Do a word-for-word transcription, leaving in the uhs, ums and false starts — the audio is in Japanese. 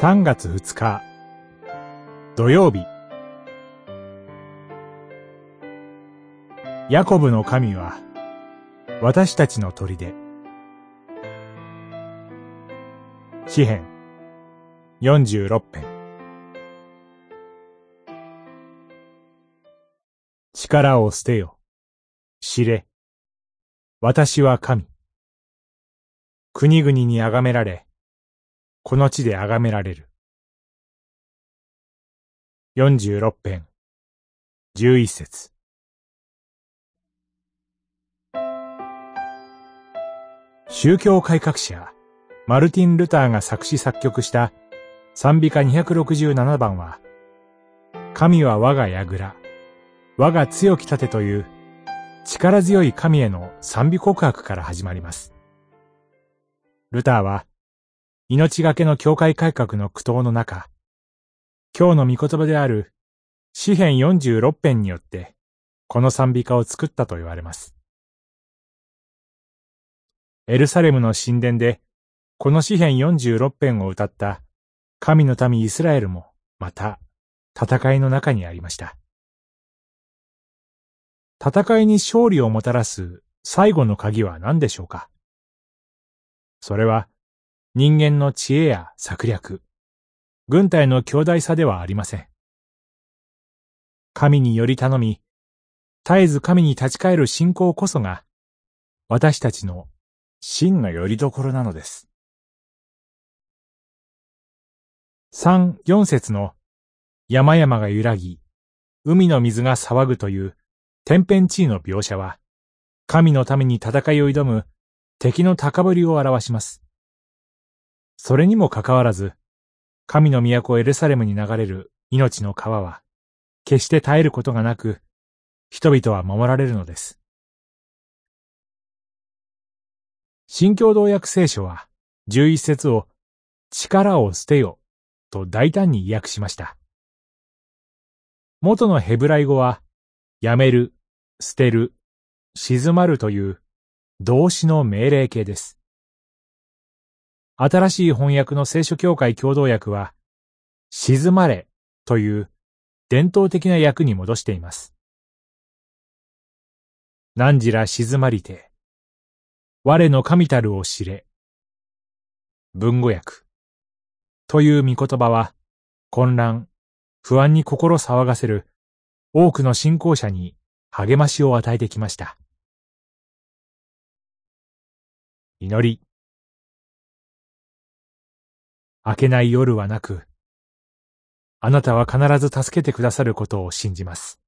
さんがつふつか土曜日。ヤコブの神は私たちの砦。詩編よんじゅうろく編。力を捨てよ、知れ、私は神。国々にあがめられ、この地であがめられる。よんじゅうろく編じゅういっ節。宗教改革者マルティン・ルターが作詞作曲した賛美歌にひゃくろくじゅうななばんは、神は我が櫓、我が強き盾という力強い神への賛美告白から始まります。ルターは命がけの教会改革の苦闘の中、今日の御言葉である詩編よんじゅうろく編によってこの賛美歌を作ったと言われます。エルサレムの神殿でこの詩編よんじゅうろく編を歌った神の民イスラエルもまた戦いの中にありました。戦いに勝利をもたらす最後の鍵は何でしょうか。それは人間の知恵や策略、軍隊の強大さではありません。神により頼み、絶えず神に立ち返る信仰こそが私たちの真の拠り所なのです。さん、よん節の山々が揺らぎ、海の水が騒ぐという天変地異の描写は、神のために戦いを挑む敵の高ぶりを表します。それにもかかわらず、神の都エルサレムに流れる命の川は、決して絶えることがなく、人々は守られるのです。新共同訳聖書は、じゅういっ節を力を捨てよと大胆に訳しました。元のヘブライ語は、やめる、捨てる、静まるという動詞の命令形です。新しい翻訳の聖書教会共同訳は、静まれという伝統的な訳に戻しています。汝ら静まりて、我の神たるを知れ。文語訳という御言葉は、混乱、不安に心騒がせる多くの信仰者に励ましを与えてきました。祈り。明けない夜はなく、あなたは必ず助けてくださることを信じます。